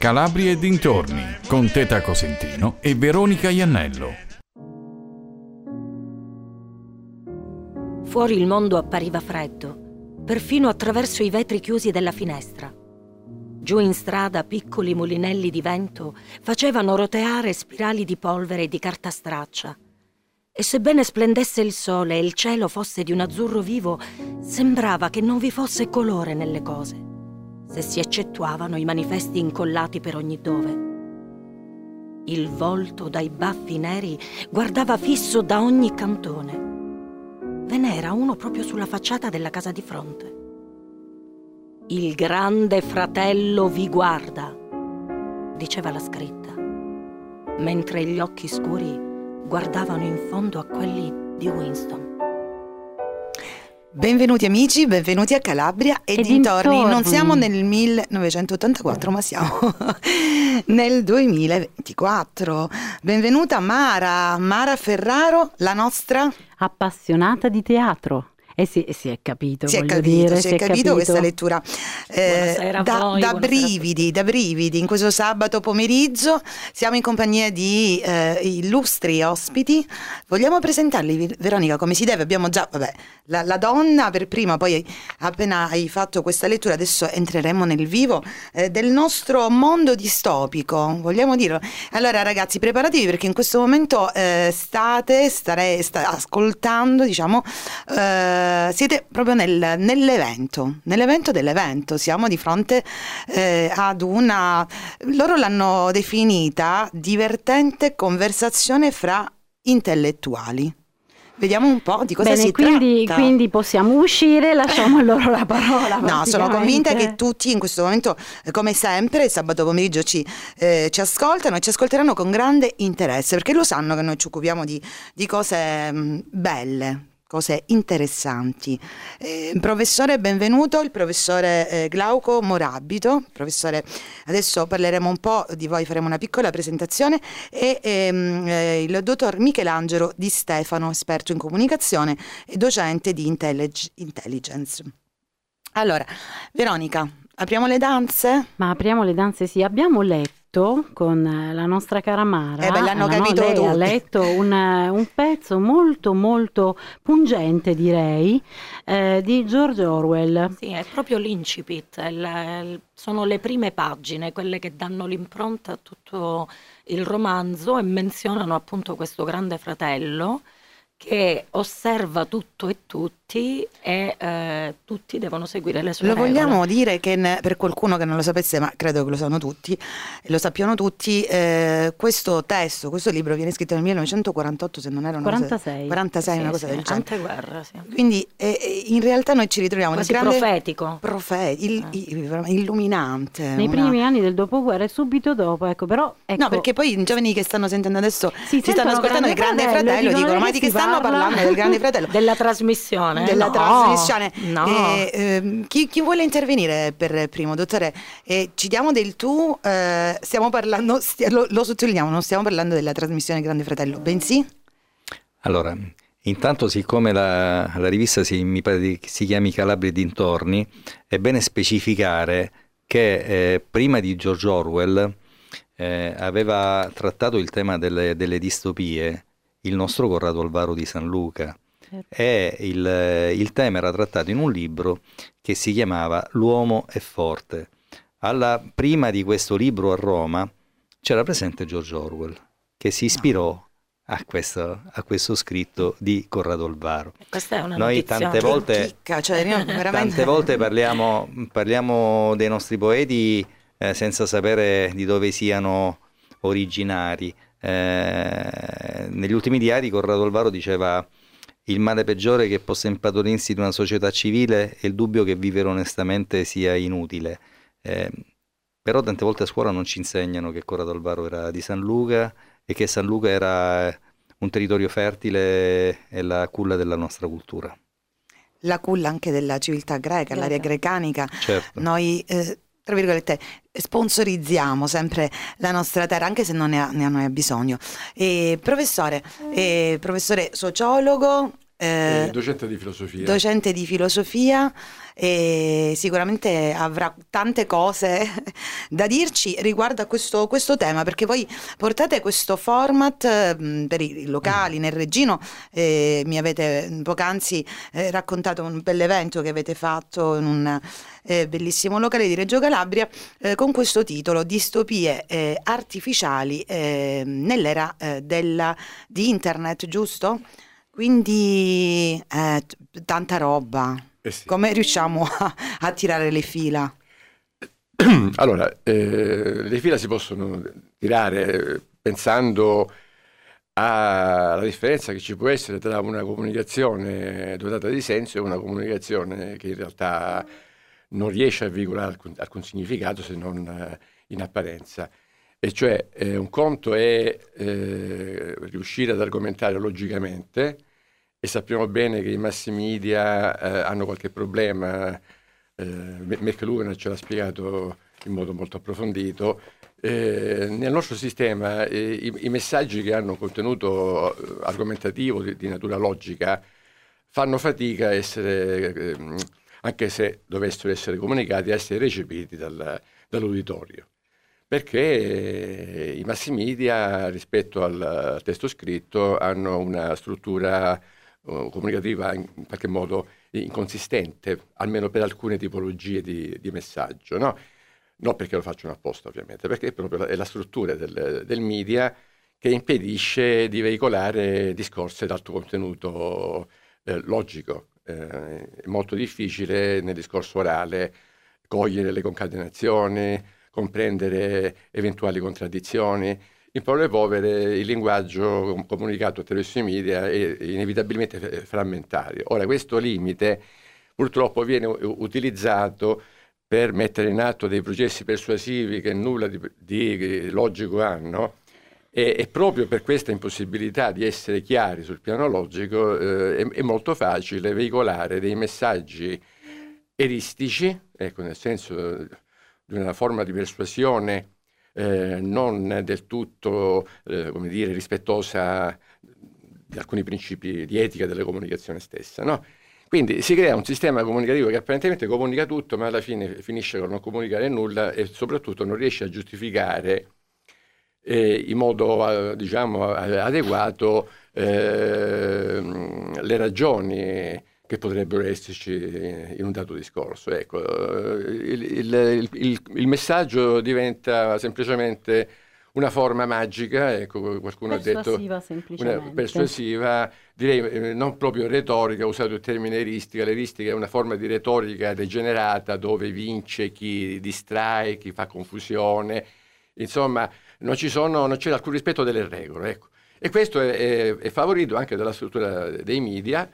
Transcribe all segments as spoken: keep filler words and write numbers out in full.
Calabria e dintorni con Teta Cosentino e Veronica Iannello. Fuori il mondo appariva freddo, perfino attraverso i vetri chiusi della finestra. Giù in strada piccoli mulinelli di vento facevano roteare spirali di polvere e di carta straccia. E sebbene splendesse il sole e il cielo fosse di un azzurro vivo, sembrava che non vi fosse colore nelle cose, se si eccettuavano i manifesti incollati per ogni dove. Il volto dai baffi neri guardava fisso da ogni cantone. Ve n'era uno proprio sulla facciata della casa di fronte. Il grande fratello vi guarda, diceva la scritta, mentre gli occhi scuri guardavano in fondo a quelli di Winston. Benvenuti amici, benvenuti a Calabria e, e dintorni. dintorni. Non siamo nel millenovecentottantaquattro, ma siamo nel duemilaventiquattro. Benvenuta Mara, Mara Ferraro, la nostra appassionata di teatro. E si, si è capito, si è voglio capito, dire, si, si è capito, capito questa lettura eh, da, voi, da brividi, da brividi. In questo sabato pomeriggio siamo in compagnia di eh, illustri ospiti. Vogliamo presentarli, Veronica, come si deve? Abbiamo già, vabbè, la, la donna per prima, poi appena hai fatto questa lettura, adesso entreremo nel vivo eh, del nostro mondo distopico, vogliamo dirlo. Allora ragazzi, preparatevi perché in questo momento eh, state, stare, sta ascoltando, diciamo, eh, siete proprio nel, nell'evento, nell'evento dell'evento. Siamo di fronte eh, ad una, loro l'hanno definita divertente conversazione fra intellettuali. Vediamo un po' di cosa Bene, si quindi, tratta. Quindi possiamo uscire, lasciamo loro la parola. No, sono convinta che tutti in questo momento, come sempre, il sabato pomeriggio ci, eh, ci ascoltano e ci ascolteranno con grande interesse, perché lo sanno che noi ci occupiamo di, di cose mh, belle, cose interessanti. Eh, professore, benvenuto, il professore eh, Glauco Morabito. Professore, adesso parleremo un po' di voi, faremo una piccola presentazione, e ehm, eh, il dottor Michelangelo Di Stefano, esperto in comunicazione e docente di intellig- intelligence. Allora, Veronica, apriamo le danze? Ma apriamo le danze, sì. Abbiamo letto con la nostra cara Mara, eh beh, l'hanno no, capito lei tutti. ha letto un, un pezzo molto molto pungente, direi, eh, di George Orwell. Sì, è proprio l'incipit, è la- il- sono le prime pagine, quelle che danno l'impronta a tutto il romanzo e menzionano appunto questo grande fratello che osserva tutto e tutti e eh, tutti devono seguire le sue Lo regole. vogliamo dire che ne- per qualcuno che non lo sapesse, ma credo che lo sanno tutti, lo sappiano tutti, eh, questo testo, questo libro viene scritto nel millenovecentoquarantotto, se non era una quarantasei. cosa, quarantasei, Sì, una cosa sì, del genere. anteguerra, sì. Quindi eh, in realtà noi ci ritroviamo Quasi nel grande profetico. profe- il- Eh. il- illuminante. Nei una- primi anni del dopoguerra e subito dopo, ecco, però ecco, No, perché poi i giovani che stanno sentendo adesso Si si stanno sentono ascoltando il Grande Grande Fratello, Fratello, dicono: dicono, ma "Ma di che che si stanno parla?" parlando del Grande Fratello? Della trasmissione? Della No, trasmissione. no. Eh, ehm, chi, chi vuole intervenire per primo, dottore? Eh, ci diamo del tu, eh, stiamo parlando, stia- lo, lo sottolineiamo, non stiamo parlando della trasmissione Grande Fratello, bensì? Allora, intanto, siccome la, la rivista si, mi pare di- si chiami Calabria e dintorni, è bene specificare che eh, prima di George Orwell eh, aveva trattato il tema delle, delle distopie il nostro Corrado Alvaro di San Luca. E il, il tema era trattato in un libro che si chiamava L'uomo è forte. Alla, prima di questo libro a Roma c'era presente George Orwell, che si ispirò a questo, a questo scritto di Corrado Alvaro. Questa è una Noi notizia. tante volte, Chicca, cioè, io veramente... tante volte parliamo, parliamo dei nostri poeti eh, senza sapere di dove siano originari. Eh, negli ultimi diari Corrado Alvaro diceva: il male peggiore che possa impadronirsi di una società civile è il dubbio che vivere onestamente sia inutile. Eh, però tante volte a scuola non ci insegnano che Corrado Alvaro era di San Luca e che San Luca era un territorio fertile e la culla della nostra cultura. La culla anche della civiltà greca, Greca. l'area grecanica. Certo. Noi, eh, tra virgolette, sponsorizziamo sempre la nostra terra, anche se non ne ha, ne ha, ne ha bisogno. E, professore, eh, professore sociologo, Eh, eh, docente di filosofia. Docente di filosofia, e sicuramente avrà tante cose da dirci riguardo a questo, questo tema, perché voi portate questo format mh, per i locali nel Reggino. Eh, mi avete poc'anzi eh, raccontato un bell'evento che avete fatto in un eh, bellissimo locale di Reggio Calabria eh, con questo titolo: Distopie eh, artificiali eh, nell'era eh, della, di internet, giusto? Quindi eh, t- tanta roba. Eh sì. Come riusciamo a, a tirare le fila? Allora, eh, le fila si possono tirare pensando alla differenza che ci può essere tra una comunicazione dotata di senso e una comunicazione che in realtà non riesce a veicolare alcun, alcun significato se non eh, in apparenza. E cioè eh, un conto è eh, riuscire ad argomentare logicamente, e sappiamo bene che i mass media eh, hanno qualche problema. eh, McLuhan ce l'ha spiegato in modo molto approfondito. Eh, nel nostro sistema eh, i, i messaggi che hanno contenuto argomentativo di, di natura logica fanno fatica a essere, eh, anche se dovessero essere comunicati, a essere recepiti dal, dall'uditorio. Perché i mass media rispetto al testo scritto hanno una struttura uh, comunicativa in, in qualche modo inconsistente, almeno per alcune tipologie di, di messaggio, no? Non perché lo facciano apposta, ovviamente, perché è proprio la, è la struttura del, del media che impedisce di veicolare discorsi ad alto contenuto eh, logico. Eh, è molto difficile nel discorso orale cogliere le concatenazioni, comprendere eventuali contraddizioni. In parole povere, il linguaggio comunicato attraverso i media è inevitabilmente frammentario. Ora, questo limite purtroppo viene utilizzato per mettere in atto dei processi persuasivi che nulla di, di logico hanno, e, e proprio per questa impossibilità di essere chiari sul piano logico eh, è, è molto facile veicolare dei messaggi eristici, ecco, nel senso di una forma di persuasione eh, non del tutto, eh, come dire, rispettosa di alcuni principi di etica della comunicazione stessa, no? Quindi si crea un sistema comunicativo che apparentemente comunica tutto, ma alla fine finisce con non comunicare nulla e soprattutto non riesce a giustificare eh, in modo, diciamo, adeguato eh, le ragioni che potrebbero esserci in un dato discorso. Ecco, il, il, il, il messaggio diventa semplicemente una forma magica, ecco, qualcuno ha detto una persuasiva, direi eh, non proprio retorica, ho usato il termine eristica. L'eristica è una forma di retorica degenerata dove vince chi distrae, chi fa confusione, insomma non ci sono, non c'è alcun rispetto delle regole, ecco. E questo è, è, è favorito anche dalla struttura dei media,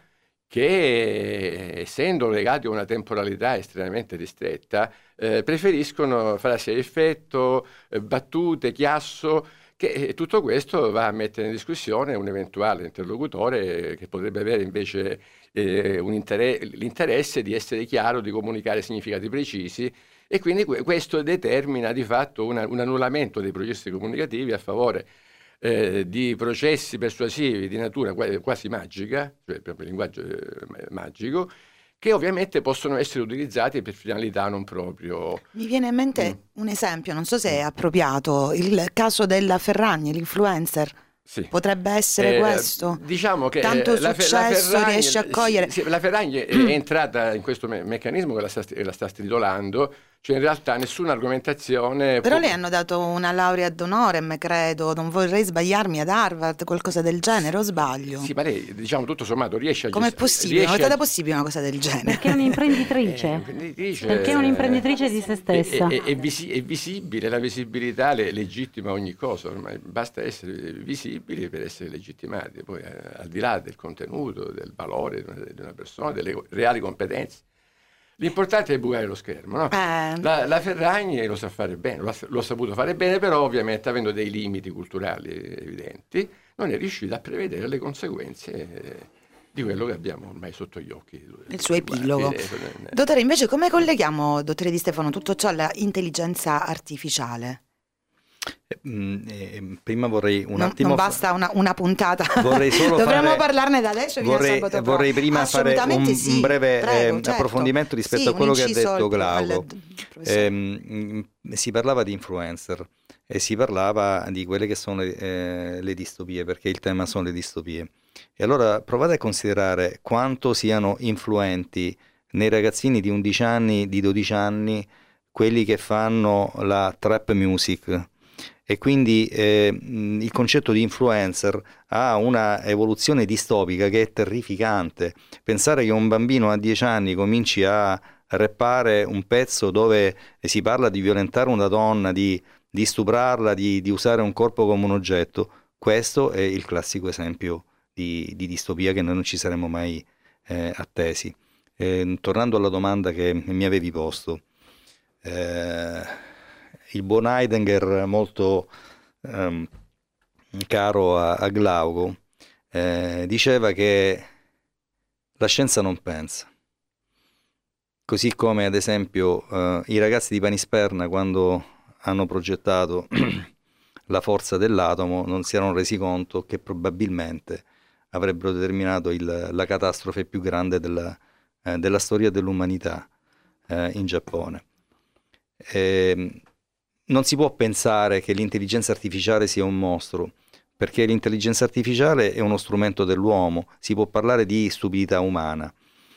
che essendo legati a una temporalità estremamente ristretta eh, preferiscono frasi a effetto, eh, battute, chiasso, che eh, tutto questo va a mettere in discussione un eventuale interlocutore che potrebbe avere invece eh, un inter- l'interesse di essere chiaro, di comunicare significati precisi, e quindi que- questo determina di fatto una, un annullamento dei processi comunicativi a favore Eh, di processi persuasivi di natura quasi magica, cioè proprio linguaggio eh, magico, che ovviamente possono essere utilizzati per finalità non proprio. Mi viene in mente mm. un esempio, non so se è appropriato, il caso della Ferragni, l'influencer. Sì. Potrebbe essere eh, questo? Diciamo che tanto la, successo la Ferragni, riesce a cogliere. Sì, sì, la Ferragni è, è entrata in questo me- meccanismo che la sta, la sta stritolando, cioè in realtà nessuna argomentazione. Però può... le hanno dato una laurea ad honorem, credo, non vorrei sbagliarmi, ad Harvard, qualcosa del genere, o sbaglio? Sì, ma lei, diciamo, tutto sommato riesce a Com'è gest- possibile? Non è a... stata possibile una cosa del genere? Perché è un'imprenditrice. Eh, imprenditrice Perché è un'imprenditrice di se stessa. È, è, è, visi- è visibile, la visibilità le- legittima ogni cosa, ormai basta essere visibili per essere legittimati, poi eh, al di là del contenuto, del valore di una, di una persona, delle reali competenze. L'importante è bucare lo schermo, no? Eh. La, la Ferragni lo sa fare bene, lo ha, lo ha saputo fare bene, però ovviamente avendo dei limiti culturali evidenti, non è riuscita a prevedere le conseguenze di quello che abbiamo ormai sotto gli occhi. Il suo epilogo. Dottore, invece come colleghiamo, dottore Di Stefano, tutto ciò alla intelligenza artificiale? Eh, prima vorrei un non, attimo non basta una, una puntata, vorrei solo dovremmo fare, parlarne da adesso fino vorrei, a sabato vorrei prima fare un, sì, un breve prego, eh, certo. approfondimento rispetto sì, a quello che ha inciso detto al, Glauco. al, eh, si parlava di influencer e si parlava di quelle che sono le, eh, le distopie, perché il tema sono le distopie. E allora provate a considerare quanto siano influenti nei ragazzini di undici anni, di dodici anni, quelli che fanno la trap music. E quindi eh, il concetto di influencer ha una evoluzione distopica che è terrificante. Pensare che un bambino a dieci anni cominci a rappare un pezzo dove si parla di violentare una donna, di, di stuprarla, di, di usare un corpo come un oggetto, questo è il classico esempio di, di distopia che noi non ci saremmo mai eh, attesi. Eh, tornando alla domanda che mi avevi posto, eh, il buon Heidegger, molto ehm, caro a, a Glauco, eh, diceva che la scienza non pensa. Così come ad esempio eh, i ragazzi di Panisperna, quando hanno progettato la forza dell'atomo, non si erano resi conto che probabilmente avrebbero determinato il, la catastrofe più grande della, eh, della storia dell'umanità eh, in Giappone. E non si può pensare che l'intelligenza artificiale sia un mostro, perché l'intelligenza artificiale è uno strumento dell'uomo, si può parlare di stupidità umana.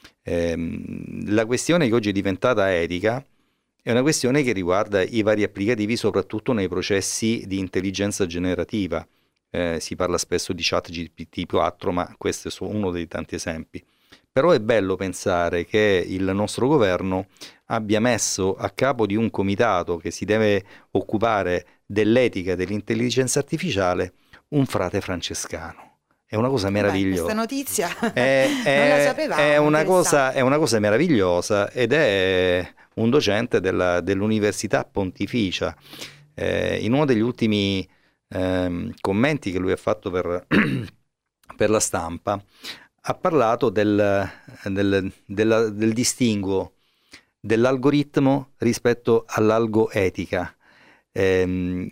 Ehm, la questione che oggi è diventata etica è una questione che riguarda i vari applicativi, soprattutto nei processi di intelligenza generativa. Eh, si parla spesso di chat G P T quattro, ma questo è solo uno dei tanti esempi. Però è bello pensare che il nostro governo abbia messo a capo di un comitato che si deve occupare dell'etica dell'intelligenza artificiale un frate francescano. È una cosa meravigliosa. Beh, questa notizia è, è, non la sapevamo. È una, cosa, è una cosa meravigliosa ed è un docente della, dell'Università Pontificia. Eh, in uno degli ultimi eh, commenti che lui ha fatto per, per la stampa, ha parlato del, del, del, del distinguo dell'algoritmo rispetto all'algoetica. Eh,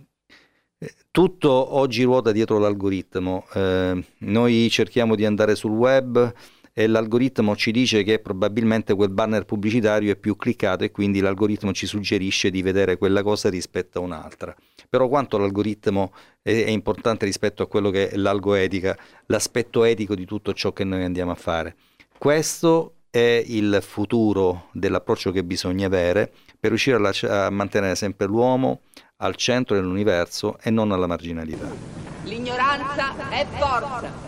tutto oggi ruota dietro l'algoritmo. Eh, noi cerchiamo di andare sul web e l'algoritmo ci dice che probabilmente quel banner pubblicitario è più cliccato e quindi l'algoritmo ci suggerisce di vedere quella cosa rispetto a un'altra. Però quanto l'algoritmo è, è importante rispetto a quello che è l'algoetica, l'aspetto etico di tutto ciò che noi andiamo a fare. Questo è il futuro dell'approccio che bisogna avere per riuscire a, lasci- a mantenere sempre l'uomo al centro dell'universo e non alla marginalità. L'ignoranza è forza.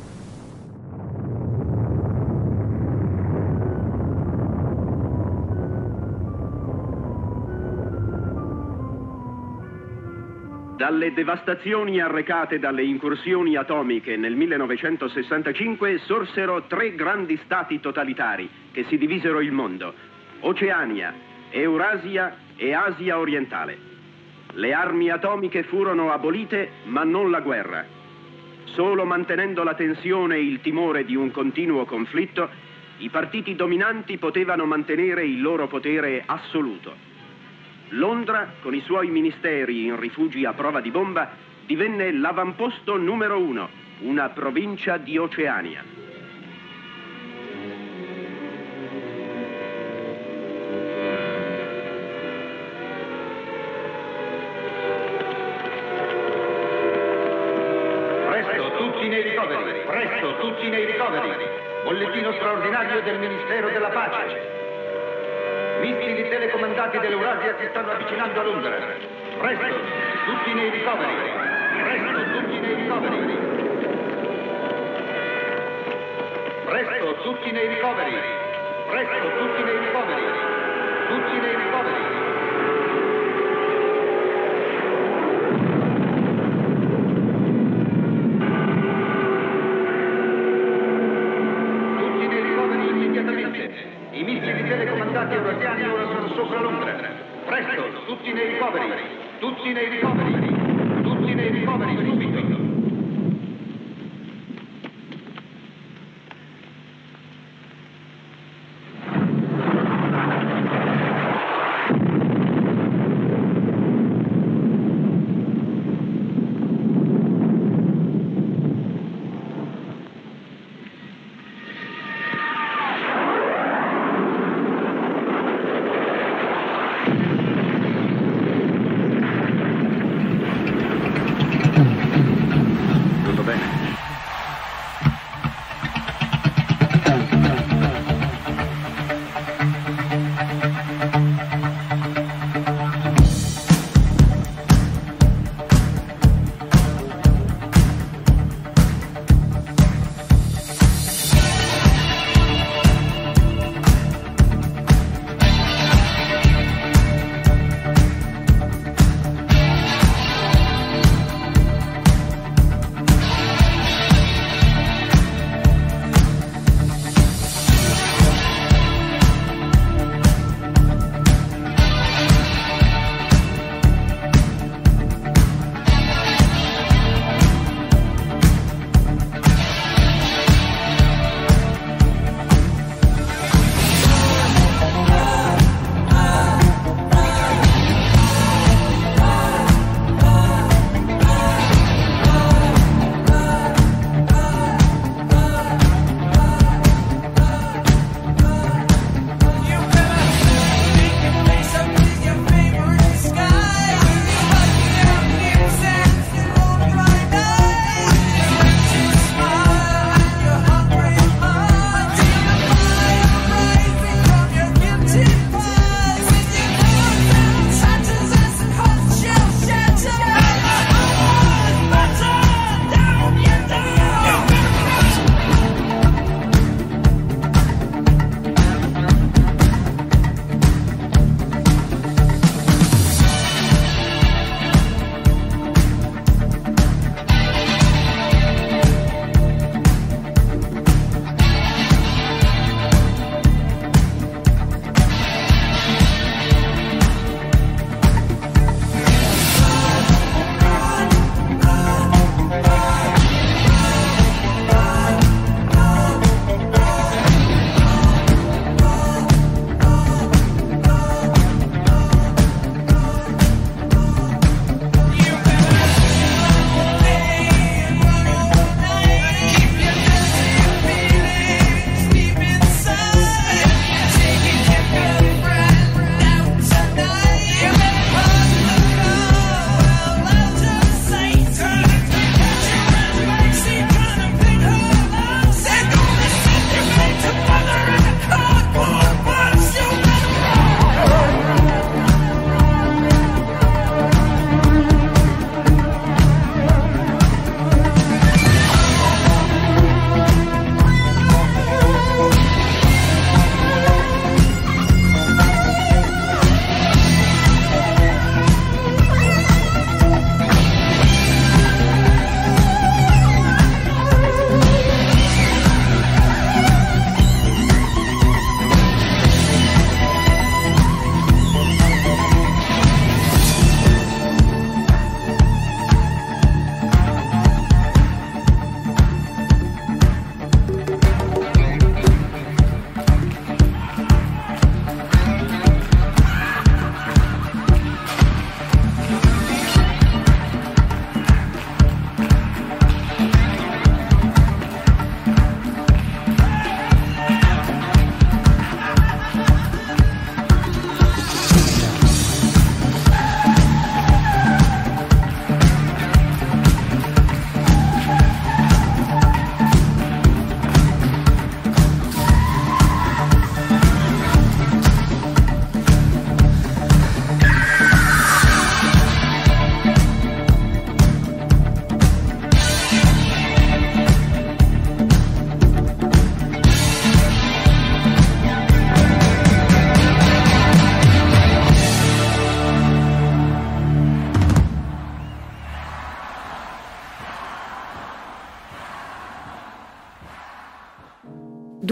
Dalle devastazioni arrecate dalle incursioni atomiche nel millenovecentosessantacinque sorsero tre grandi stati totalitari che si divisero il mondo: Oceania, Eurasia e Asia orientale. Le armi atomiche furono abolite, ma non la guerra. Solo mantenendo la tensione e il timore di un continuo conflitto, i partiti dominanti potevano mantenere il loro potere assoluto. Londra, con i suoi ministeri in rifugi a prova di bomba, divenne l'avamposto numero uno, una provincia di Oceania. Presto, tutti nei ricoveri! Presto, tutti nei ricoveri! Bollettino straordinario del Ministero della Pace! Missili telecomandati dell'Eurasia si stanno avvicinando a Londra. Presto, tutti nei ricoveri. Presto, tutti nei ricoveri. Presto, tutti nei ricoveri. Presto, tutti nei ricoveri. Tutti nei ricoveri. Tutti nei ricoveri immediatamente. I missili telecomandati eurasiani ora sono sopra Londra. Presto, tutti nei ricoveri. Tutti nei ricoveri. Tutti nei ricoveri, subito.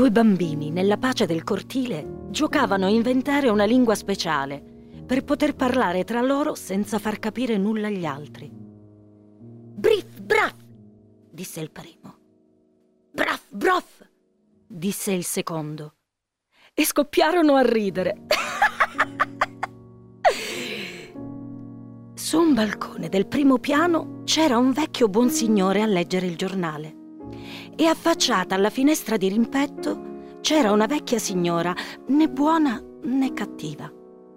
due bambini, nella pace del cortile, giocavano a inventare una lingua speciale per poter parlare tra loro senza far capire nulla agli altri. Briff, braff, disse il primo. Braff, broff, disse il secondo. E scoppiarono a ridere. Su un balcone del primo piano c'era un vecchio buonsignore a leggere il giornale e affacciata alla finestra di rimpetto c'era una vecchia signora, né buona né cattiva.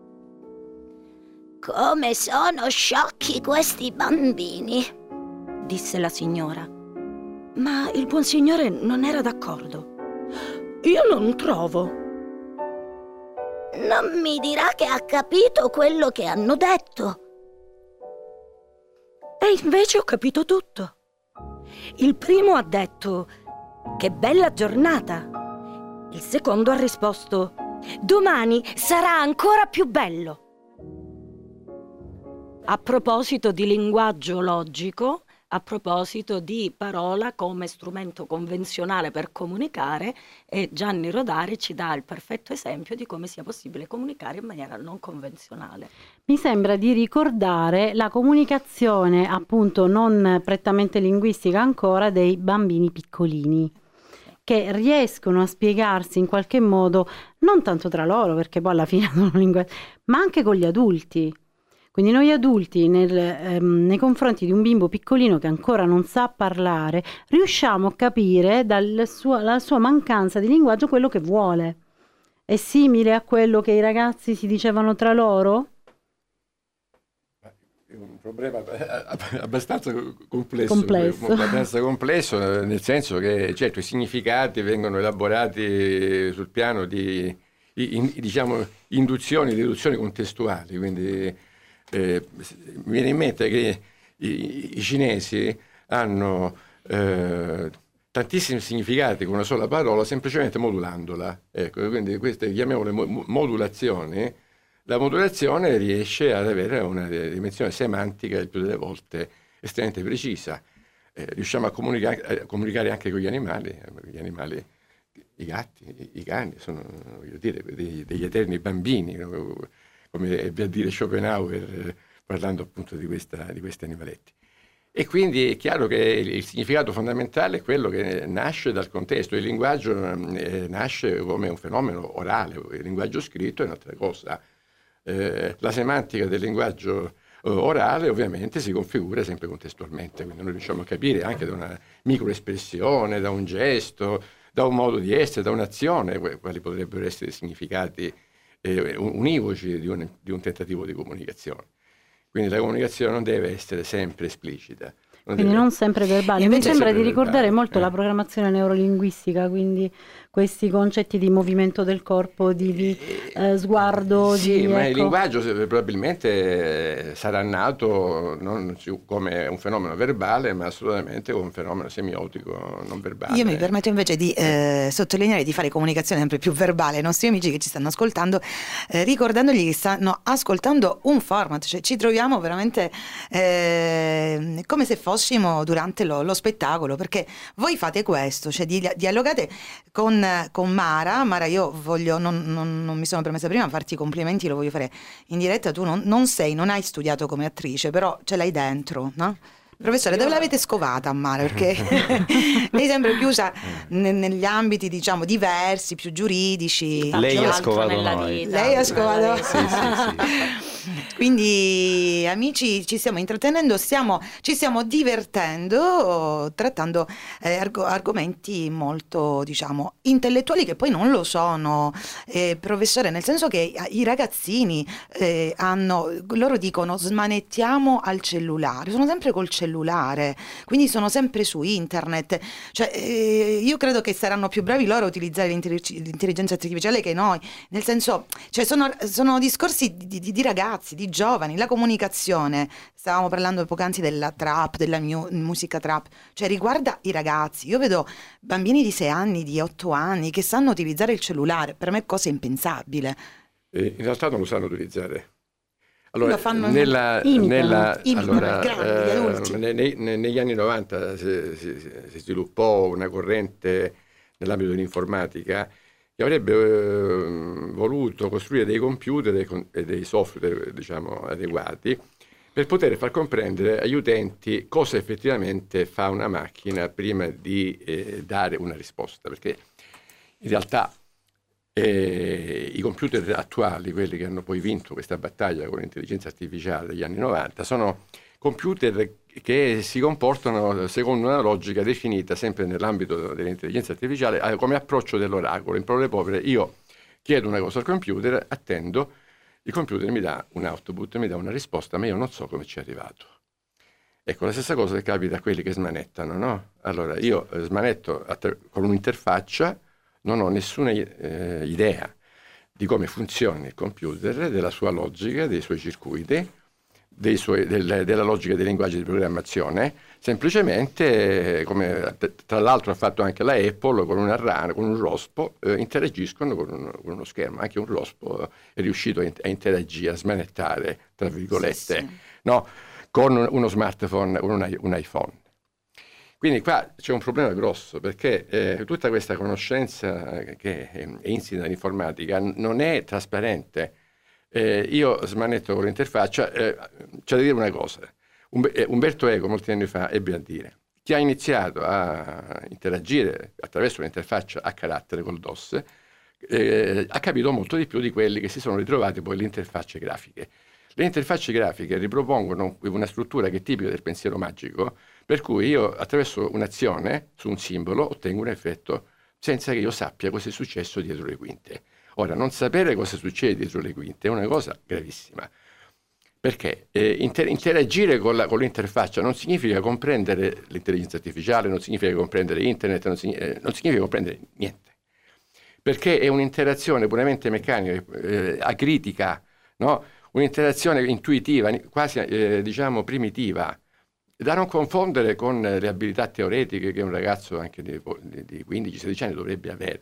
Come sono sciocchi questi bambini, disse la signora. Ma il buonsignore non era d'accordo. Io non trovo. Non mi dirà che ha capito quello che hanno detto. E invece ho capito tutto. Il primo ha detto: che bella giornata. Il secondo ha risposto: domani sarà ancora più bello. A proposito di linguaggio logico, a proposito di parola come strumento convenzionale per comunicare, e Gianni Rodari ci dà il perfetto esempio di come sia possibile comunicare in maniera non convenzionale. Mi sembra di ricordare la comunicazione, appunto non prettamente linguistica ancora, dei bambini piccolini, che riescono a spiegarsi in qualche modo, non tanto tra loro, perché poi alla fine sono lingue, ma anche con gli adulti. Quindi noi adulti nel, ehm, nei confronti di un bimbo piccolino che ancora non sa parlare, riusciamo a capire dalla sua, la sua mancanza di linguaggio quello che vuole. È simile a quello che i ragazzi si dicevano tra loro? È un problema abbastanza complesso, complesso. abbastanza complesso, nel senso che certo i significati vengono elaborati sul piano di, in, diciamo, induzioni, deduzioni contestuali, quindi Eh, mi viene in mente che i, i cinesi hanno eh, tantissimi significati con una sola parola, semplicemente modulandola. Ecco, quindi queste chiamiamole mo- modulazioni. La modulazione riesce ad avere una dimensione semantica il più delle volte estremamente precisa. Eh, riusciamo a comunicare, a comunicare anche con gli animali, gli animali, i gatti, i, i cani sono, voglio dire, degli, degli eterni bambini, no? Come ebbe a dire Schopenhauer, eh, parlando appunto di, questa, di questi animaletti. E quindi è chiaro che il, il significato fondamentale è quello che nasce dal contesto. Il linguaggio eh, nasce come un fenomeno orale, il linguaggio scritto è un'altra cosa. Eh, la semantica del linguaggio eh, orale ovviamente si configura sempre contestualmente, quindi noi riusciamo a capire anche da una microespressione, da un gesto, da un modo di essere, da un'azione, quali potrebbero essere i significati univoci di un, di un tentativo di comunicazione. Quindi la comunicazione non deve essere sempre esplicita. Non quindi deve... non sempre verbale. Mi sembra di ricordare verbale. molto eh. la programmazione neurolinguistica, quindi questi concetti di movimento del corpo, di, di eh, sguardo. Sì, di, ma ecco. il linguaggio probabilmente sarà nato non come un fenomeno verbale, ma assolutamente come un fenomeno semiotico non verbale. Io mi permetto invece di eh, sottolineare di fare comunicazione sempre più verbale ai nostri amici che ci stanno ascoltando, eh, ricordandogli che stanno ascoltando un format, cioè ci troviamo veramente eh, come se fossimo durante lo, lo spettacolo, perché voi fate questo, cioè di, dialogate con, con Mara. Mara, io voglio, non, non, non mi sono permessa prima farti i complimenti, lo voglio fare in diretta. Tu non, non sei, non hai studiato come attrice, però ce l'hai dentro, no? Professore, dove l'avete scovata a Mara? Perché lei sembra chiusa ne, negli ambiti, diciamo, diversi, più giuridici. Lei ha scovato noi. Vita. Lei ha scovato? Sì, sì, sì. Quindi amici, ci stiamo intrattenendo, stiamo, ci stiamo divertendo, trattando eh, arg- argomenti molto, diciamo, intellettuali, che poi non lo sono, eh, professore, nel senso che i ragazzini eh, hanno, loro dicono smanettiamo al cellulare, sono sempre col cellulare, quindi sono sempre su internet, cioè eh, io credo che saranno più bravi loro a utilizzare l'intellig- l'intelligenza artificiale che noi, nel senso, cioè sono, sono discorsi di, di, di ragazzi, di giovani, la comunicazione, stavamo parlando poc'anzi della trap, della mu- musica trap, cioè riguarda i ragazzi. Io vedo bambini di sei anni, di otto anni che sanno utilizzare il cellulare, per me è cosa impensabile. Eh, in realtà non lo sanno utilizzare. Allora, lo fanno nella, imitano, nella, imitano, allora, grandi, eh, adulti. nei, nei, negli anni novanta si, si, si sviluppò una corrente nell'ambito dell'informatica che avrebbe eh, voluto costruire dei computer e dei, e dei software, diciamo, adeguati per poter far comprendere agli utenti cosa effettivamente fa una macchina prima di eh, dare una risposta, perché in realtà eh, i computer attuali, quelli che hanno poi vinto questa battaglia con l'intelligenza artificiale degli anni novanta, sono computer che si comportano secondo una logica definita sempre nell'ambito dell'intelligenza artificiale come approccio dell'oracolo. In parole povere, io chiedo una cosa al computer, attendo, il computer mi dà un output, mi dà una risposta, ma io non so come ci è arrivato. Ecco, la stessa cosa che capita a quelli che smanettano, no? Allora, io smanetto attra- con un'interfaccia, non ho nessuna eh, idea di come funziona il computer, della sua logica, dei suoi circuiti, dei suoi, del, della logica dei linguaggi di programmazione, semplicemente, come tra l'altro ha fatto anche la Apple con una rana, con un rospo, eh, interagiscono con, un, con uno schermo. Anche un rospo è riuscito a, a interagire, a smanettare, tra virgolette, sì, sì. No? Con uno smartphone, con un, un iPhone. Quindi qua c'è un problema grosso, perché eh, tutta questa conoscenza che è insita nell'informatica non è trasparente. Eh, io smanetto con l'interfaccia, eh, c'è da dire una cosa. Umberto Eco molti anni fa ebbe a dire: chi ha iniziato a interagire attraverso un'interfaccia a carattere col DOS eh, ha capito molto di più di quelli che si sono ritrovati poi le interfacce grafiche. Le interfacce grafiche ripropongono una struttura che è tipica del pensiero magico, per cui io attraverso un'azione su un simbolo ottengo un effetto senza che io sappia cosa è successo dietro le quinte. Ora, non sapere cosa succede dietro le quinte è una cosa gravissima, perché eh, inter- interagire con, la, con l'interfaccia non significa comprendere l'intelligenza artificiale, non significa comprendere internet, non, sign- eh, non significa comprendere niente, perché è un'interazione puramente meccanica, eh, acritica, no? Un'interazione intuitiva, quasi eh, diciamo primitiva, da non confondere con le abilità teoretiche che un ragazzo anche di, di quindici sedici anni dovrebbe avere.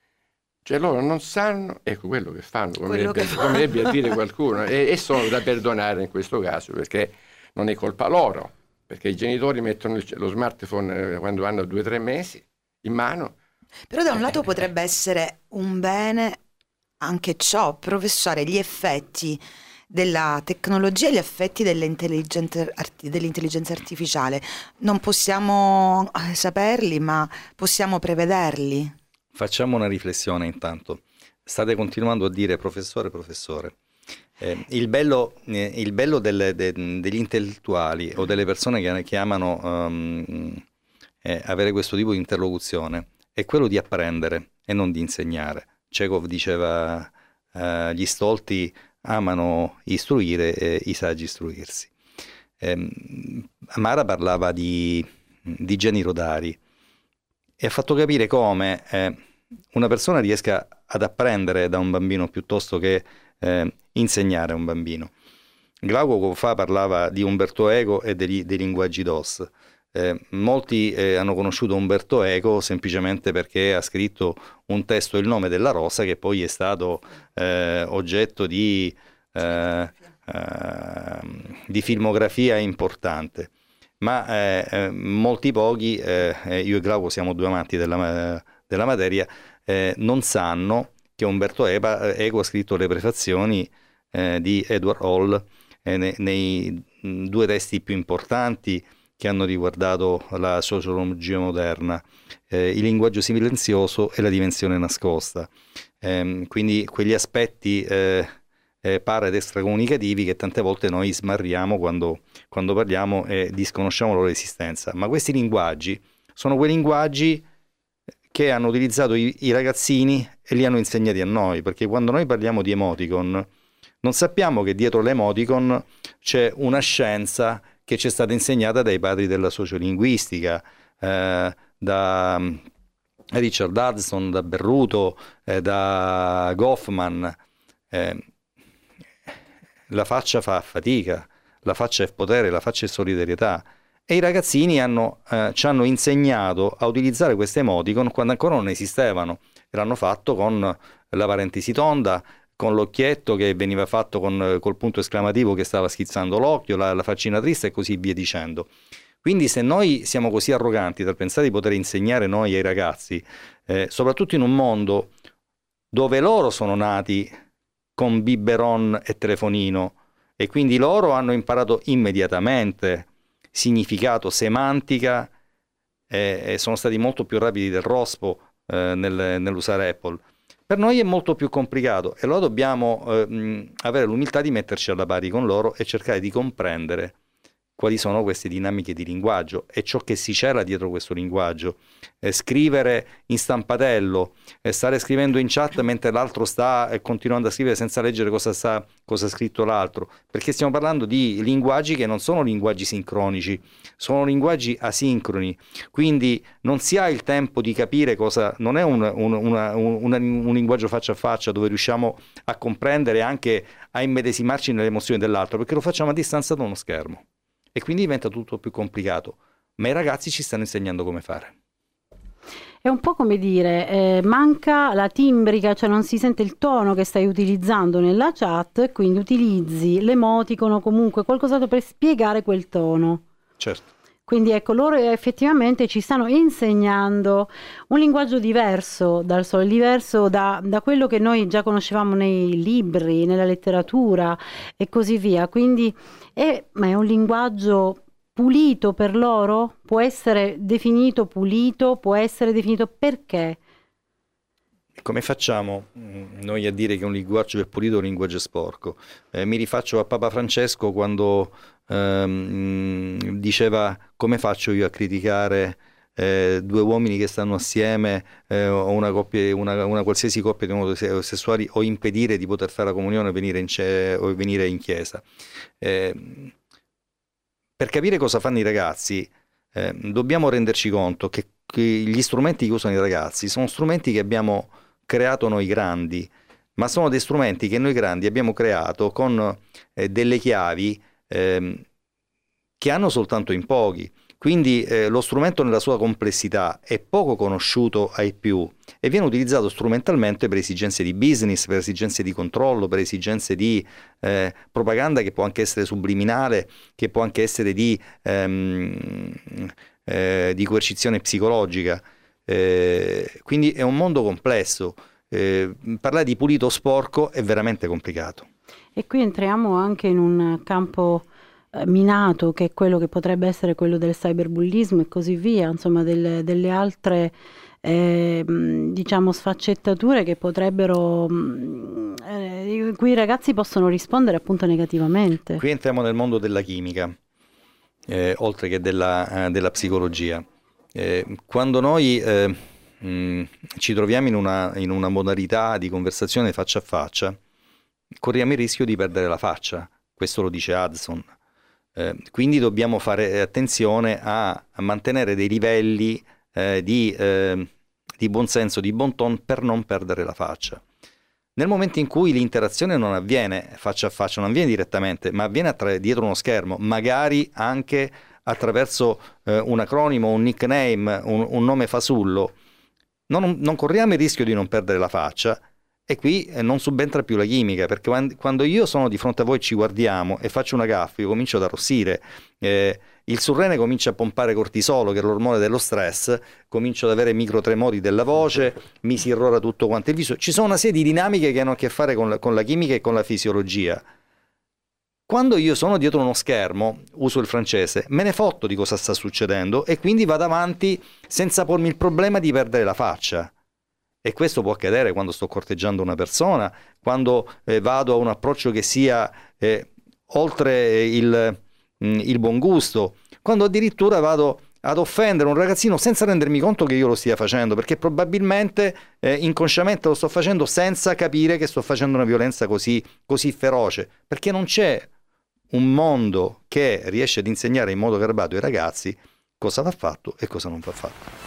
Cioè loro non sanno, ecco quello che fanno, come ebbe, come ebbe a dire qualcuno, e, e sono da perdonare in questo caso, perché non è colpa loro, perché i genitori mettono il, lo smartphone quando hanno due o tre mesi in mano. Però da un lato potrebbe essere un bene anche ciò, professore, gli effetti della tecnologia, gli effetti dell'intelligenza, dell'intelligenza artificiale. Non possiamo saperli, ma possiamo prevederli. Facciamo una riflessione intanto. State continuando a dire professore, professore. Eh, il bello, eh, il bello delle, de, degli intellettuali o delle persone che, che amano um, eh, avere questo tipo di interlocuzione è quello di apprendere e non di insegnare. Chekhov diceva uh, gli stolti amano istruire e i saggi istruirsi. Eh, Amara parlava di, di geni rodari e ha fatto capire come eh, una persona riesca ad apprendere da un bambino piuttosto che eh, insegnare a un bambino. Glauco fa parlava di Umberto Eco e degli, dei linguaggi DOS. Eh, molti eh, hanno conosciuto Umberto Eco semplicemente perché ha scritto un testo, Il nome della rosa, che poi è stato eh, oggetto di, eh, eh, di filmografia importante. Ma eh, eh, molti pochi, eh, io e Glauco siamo due amanti della, della materia, eh, non sanno che Umberto Eco ha scritto le prefazioni eh, di Edward Hall eh, nei, nei due testi più importanti che hanno riguardato la sociologia moderna, eh, il linguaggio silenzioso e la dimensione nascosta. Eh, quindi quegli aspetti eh, eh, para ed extracomunicativi che tante volte noi smarriamo quando, quando parliamo e disconosciamo la loro esistenza. Ma questi linguaggi sono quei linguaggi che hanno utilizzato i, i ragazzini e li hanno insegnati a noi, perché quando noi parliamo di emoticon non sappiamo che dietro l'emoticon c'è una scienza che ci è stata insegnata dai padri della sociolinguistica, eh, da Richard Hudson, da Berruto, eh, da Goffman. Eh, la faccia fa fatica, la faccia è potere, la faccia è solidarietà. E i ragazzini hanno, eh, ci hanno insegnato a utilizzare queste emoticon quando ancora non esistevano. E l'hanno fatto con la parentesi tonda, con l'occhietto che veniva fatto con, col punto esclamativo che stava schizzando l'occhio, la, la faccina triste e così via dicendo. Quindi se noi siamo così arroganti dal pensare di poter insegnare noi ai ragazzi, eh, soprattutto in un mondo dove loro sono nati con biberon e telefonino e quindi loro hanno imparato immediatamente significato, semantica e, e sono stati molto più rapidi del rospo eh, nel, nell'usare Apple. Per noi è molto più complicato e allora dobbiamo eh, avere l'umiltà di metterci alla pari con loro e cercare di comprendere quali sono queste dinamiche di linguaggio e ciò che si cela dietro questo linguaggio. Eh, scrivere in stampatello, eh, stare scrivendo in chat mentre l'altro sta eh, continuando a scrivere senza leggere cosa, sta, cosa ha scritto l'altro, perché stiamo parlando di linguaggi che non sono linguaggi sincronici, sono linguaggi asincroni, quindi non si ha il tempo di capire cosa, non è un, un, una, un, un linguaggio faccia a faccia dove riusciamo a comprendere e anche a immedesimarci nelle emozioni dell'altro, perché lo facciamo a distanza da uno schermo. E quindi diventa tutto più complicato, ma i ragazzi ci stanno insegnando come fare. È un po' come dire, eh, manca la timbrica, cioè non si sente il tono che stai utilizzando nella chat, quindi utilizzi l'emoticon o comunque qualcos'altro per spiegare quel tono. Certo. Quindi ecco, loro effettivamente ci stanno insegnando un linguaggio diverso dal solo, diverso da, da quello che noi già conoscevamo nei libri, nella letteratura e così via. Quindi è, ma è un linguaggio pulito per loro? Può essere definito pulito? Può essere definito perché? Come facciamo noi a dire che un linguaggio è pulito o un linguaggio è sporco? Eh, mi rifaccio a Papa Francesco quando ehm, diceva: come faccio io a criticare eh, due uomini che stanno assieme eh, o una, coppia, una, una qualsiasi coppia di omosessuali, o impedire di poter fare la comunione o venire in, ce- o venire in chiesa? Eh, per capire cosa fanno i ragazzi eh, dobbiamo renderci conto che, che gli strumenti che usano i ragazzi sono strumenti che abbiamo creato noi grandi, ma sono dei strumenti che noi grandi abbiamo creato con eh, delle chiavi eh, che hanno soltanto in pochi. Quindi eh, lo strumento nella sua complessità è poco conosciuto ai più e viene utilizzato strumentalmente per esigenze di business, per esigenze di controllo, per esigenze di eh, propaganda, che può anche essere subliminale, che può anche essere di, ehm, eh, di coercizione psicologica. Eh, quindi è un mondo complesso. Eh, parlare di pulito o sporco è veramente complicato. E qui entriamo anche in un campo minato, che è quello che potrebbe essere quello del cyberbullismo e così via, insomma del, delle altre eh, diciamo sfaccettature che potrebbero eh, cui i ragazzi possono rispondere appunto negativamente. Qui entriamo nel mondo della chimica eh, oltre che della, eh, della psicologia. Eh, quando noi eh, mh, ci troviamo in una, in una modalità di conversazione faccia a faccia, corriamo il rischio di perdere la faccia. Questo lo dice Hudson. Eh, quindi dobbiamo fare attenzione a, a mantenere dei livelli eh, di, eh, di buonsenso, di bon ton, per non perdere la faccia. Nel momento in cui l'interazione non avviene faccia a faccia, non avviene direttamente, ma avviene attra- dietro uno schermo, magari anche attraverso eh, un acronimo, un nickname, un, un nome fasullo, non, non corriamo il rischio di non perdere la faccia. E qui eh, non subentra più la chimica, perché quando io sono di fronte a voi, ci guardiamo e faccio una gaffa, io comincio ad arrossire, eh, il surrene comincia a pompare cortisolo, che è l'ormone dello stress, comincio ad avere microtremori della voce, mi si irrora tutto quanto il viso. Ci sono una serie di dinamiche che hanno a che fare con la, con la chimica e con la fisiologia. Quando io sono dietro uno schermo, uso il francese, me ne fotto di cosa sta succedendo e quindi vado avanti senza pormi il problema di perdere la faccia. E questo può accadere quando sto corteggiando una persona, quando eh, vado a un approccio che sia eh, oltre il, mh, il buon gusto, quando addirittura vado ad offendere un ragazzino senza rendermi conto che io lo stia facendo, perché probabilmente eh, inconsciamente lo sto facendo senza capire che sto facendo una violenza così, così feroce, perché non c'è un mondo che riesce ad insegnare in modo garbato ai ragazzi cosa va fatto e cosa non va fatto.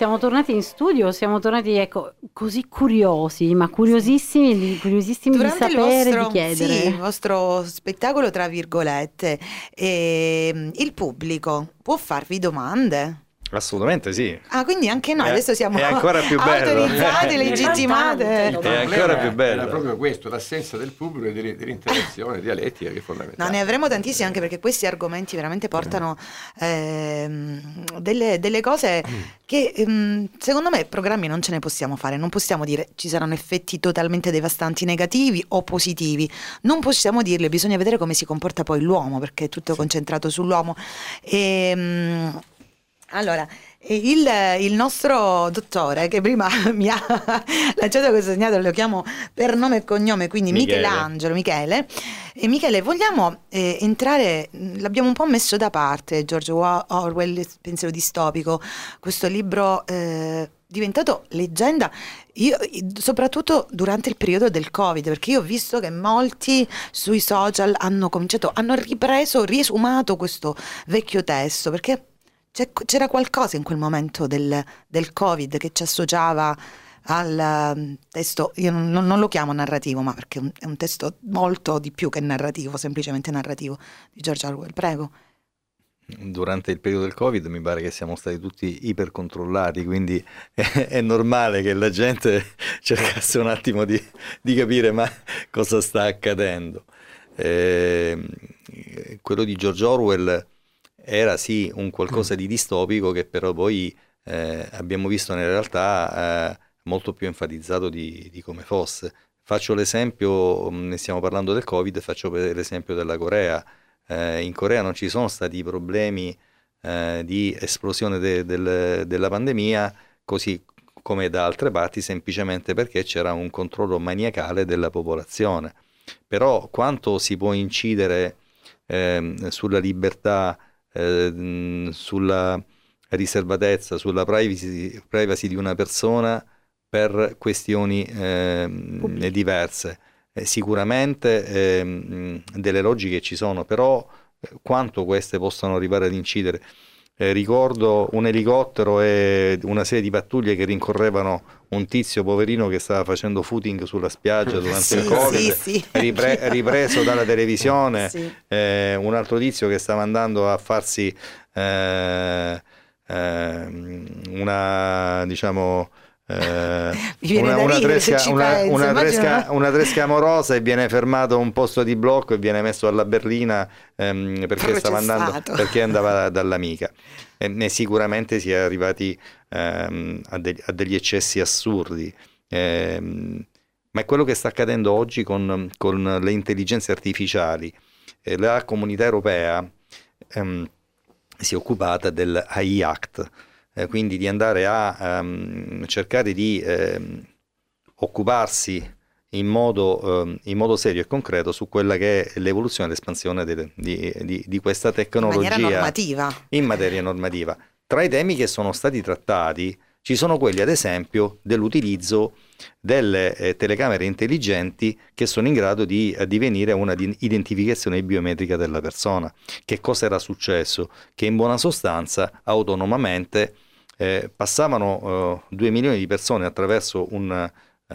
siamo tornati in studio, siamo tornati ecco così curiosi, ma curiosissimi, di, curiosissimi di sapere, il vostro, di chiedere. Sì, il vostro spettacolo tra virgolette, e il pubblico può farvi domande? Assolutamente sì. Ah, quindi anche noi è, adesso siamo è ancora più bello. autorizzate, legittimate. È ancora più bello. Era proprio questo, l'assenza del pubblico e dell'interazione dialettica che è fondamentale. No, ne avremo tantissimi, anche perché questi argomenti veramente portano ehm, delle, delle cose che ehm, secondo me programmi non ce ne possiamo fare, non possiamo dire ci saranno effetti totalmente devastanti negativi o positivi, non possiamo dirle, bisogna vedere come si comporta poi l'uomo, perché è tutto concentrato sull'uomo. E, allora, il, il nostro dottore che prima mi ha lanciato questo segnale, lo chiamo per nome e cognome, quindi Michele. Michelangelo, Michele. E Michele, vogliamo eh, entrare, l'abbiamo un po' messo da parte, George Orwell, il pensiero distopico, questo libro eh, diventato leggenda, io, soprattutto durante il periodo del Covid, perché io ho visto che molti sui social hanno cominciato, hanno ripreso, riesumato questo vecchio testo, perché c'era qualcosa in quel momento del, del Covid che ci associava al um, testo, io non, non lo chiamo narrativo, ma perché è un, è un testo molto di più che narrativo, semplicemente narrativo, di George Orwell. Prego. Durante il periodo del Covid mi pare che siamo stati tutti ipercontrollati, quindi è, è normale che la gente cercasse un attimo di, di capire ma cosa sta accadendo. Eh, quello di George Orwell era sì un qualcosa di distopico che però poi eh, abbiamo visto nella realtà eh, molto più enfatizzato di, di come fosse. Faccio l'esempio, ne stiamo parlando del Covid, faccio l'esempio della Corea. Eh, in Corea non ci sono stati problemi eh, di esplosione de, del, della pandemia, così come da altre parti, semplicemente perché c'era un controllo maniacale della popolazione. Però quanto si può incidere eh, sulla libertà, Eh, sulla riservatezza, sulla privacy, privacy di una persona per questioni eh, diverse. Eh, sicuramente eh, delle logiche ci sono, però eh, quanto queste possono arrivare ad incidere? Eh, ricordo un elicottero e una serie di pattuglie che rincorrevano un tizio poverino che stava facendo footing sulla spiaggia durante sì, il Covid, sì, sì. ripre- ripreso dalla televisione, Sì. eh, un altro tizio che stava andando a farsi eh, eh, una, diciamo, eh, una, una, tresca, una, una, tresca, una tresca amorosa, e viene fermato a un posto di blocco e viene messo alla berlina ehm, perché stava andando, perché andava dall'amica. E, e sicuramente si è arrivati ehm, a, de- a degli eccessi assurdi. Ehm, ma è quello che sta accadendo oggi con, con le intelligenze artificiali. Eh, la comunità europea ehm, si è occupata dell'A I Act, eh, quindi di andare a um, cercare di eh, occuparsi in modo, eh, in modo serio e concreto su quella che è l'evoluzione e l'espansione de, di, di, di questa tecnologia in materia normativa. in materia normativa. Tra i temi che sono stati trattati ci sono quelli, ad esempio, dell'utilizzo delle eh, telecamere intelligenti che sono in grado di addivenire a una di identificazione biometrica della persona. Che cosa era successo? Che in buona sostanza autonomamente eh, passavano due eh, milioni di persone attraverso un, eh,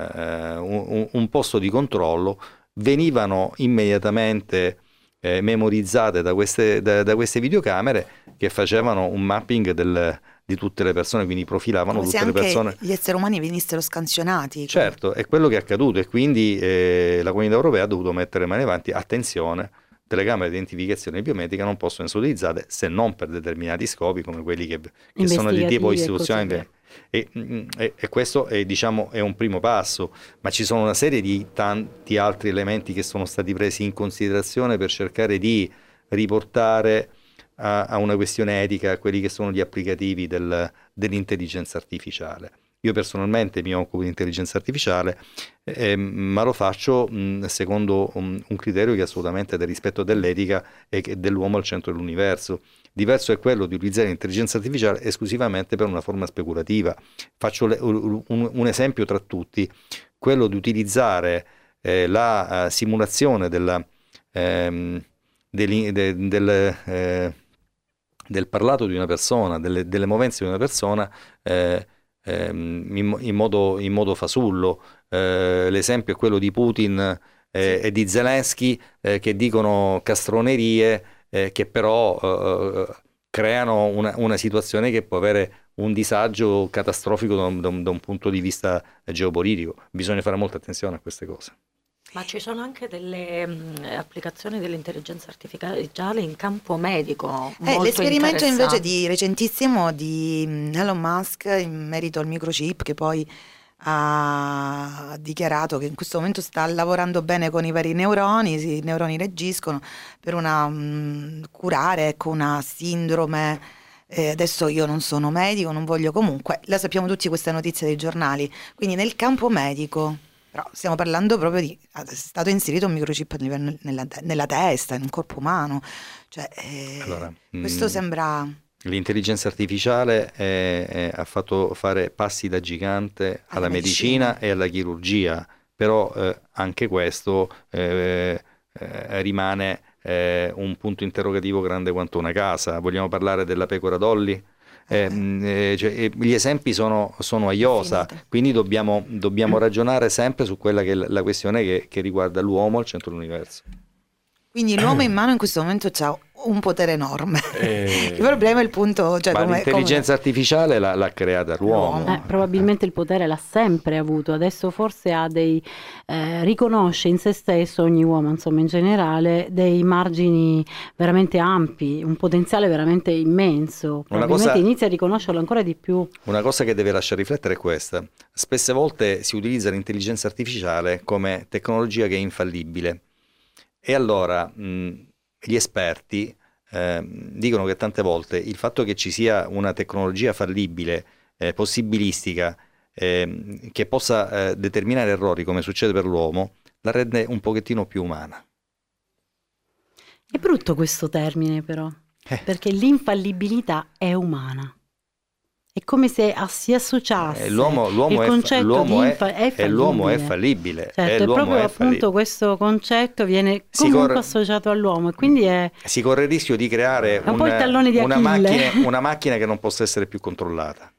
un, un posto di controllo, venivano immediatamente eh, memorizzate da queste, da, da queste videocamere che facevano un mapping del di tutte le persone, quindi profilavano come tutte le persone. Gli esseri umani venissero scansionati. Certo, è quello che è accaduto, e quindi eh, la Comunità Europea ha dovuto mettere mani avanti. Attenzione, telecamere di identificazione biometrica non possono essere utilizzate se non per determinati scopi, come quelli che, che sono di tipo istituzionale. E, e, e questo è, diciamo, è un primo passo, ma ci sono una serie di tanti altri elementi che sono stati presi in considerazione per cercare di riportare a, a una questione etica quelli che sono gli applicativi del, dell'intelligenza artificiale. Io personalmente mi occupo di intelligenza artificiale, eh, ma lo faccio mh, secondo un, un criterio che è assolutamente del rispetto dell'etica e che dell'uomo al centro dell'universo. Diverso è quello di utilizzare l'intelligenza artificiale esclusivamente per una forma speculativa. Faccio le, un, un esempio tra tutti, quello di utilizzare eh, la uh, simulazione della, ehm, del, de, del, eh, del parlato di una persona, delle, delle movenze di una persona eh, eh, in, in, modo, in modo fasullo. Eh, l'esempio è quello di Putin eh, sì. e di Zelensky eh, che dicono castronerie eh, che però eh, creano una, una situazione che può avere un disagio catastrofico da un, da, un, da un punto di vista geopolitico. Bisogna fare molta attenzione a queste cose. Ma ci sono anche delle mh, applicazioni dell'intelligenza artificiale in campo medico. Eh, l'esperimento invece di recentissimo di Elon Musk in merito al microchip, che poi ha dichiarato che in questo momento sta lavorando bene con i vari neuroni, i neuroni reagiscono per una mh, curare ecco, una sindrome. Eh, adesso io non sono medico, non voglio comunque, la sappiamo tutti queste notizie dei giornali, quindi nel campo medico. Però stiamo parlando proprio di, è stato inserito un microchip nella, nella testa, in un corpo umano, cioè eh, allora, questo mh, sembra... L'intelligenza artificiale è, è, ha fatto fare passi da gigante alla, alla medicina. medicina e alla chirurgia, però eh, anche questo eh, eh, rimane eh, un punto interrogativo grande quanto una casa. Vogliamo parlare della pecora Dolly? Eh, eh, cioè, gli esempi sono, sono a iosa, quindi dobbiamo, dobbiamo ragionare sempre su quella che è la questione che, che riguarda l'uomo al centro dell'universo. Quindi l'uomo in mano in questo momento ha un potere enorme. Eh, il problema è il punto... Cioè, ma come, l'intelligenza come... artificiale l'ha, l'ha creata l'uomo. Eh, probabilmente il potere l'ha sempre avuto, adesso forse ha dei... Eh, riconosce in se stesso, ogni uomo insomma in generale, dei margini veramente ampi, un potenziale veramente immenso. Probabilmente cosa, inizia a riconoscerlo ancora di più. Una cosa che deve lasciare riflettere è questa. Spesse volte si utilizza l'intelligenza artificiale come tecnologia che è infallibile. E allora mh, gli esperti eh, dicono che tante volte il fatto che ci sia una tecnologia fallibile, eh, possibilistica, eh, che possa eh, determinare errori come succede per l'uomo, la rende un pochettino più umana. È brutto questo termine però, eh. perché l'infallibilità è umana. È come se si associasse eh, l'uomo, l'uomo il concetto l'uomo di infa- è, è l'uomo è fallibile. Certo, è è l'uomo proprio è appunto fallibile. Questo concetto viene comunque corre, associato all'uomo e quindi è... Si corre il rischio di creare un, un, il tallone di una, Achille. macchina, una macchina che non possa essere più controllata.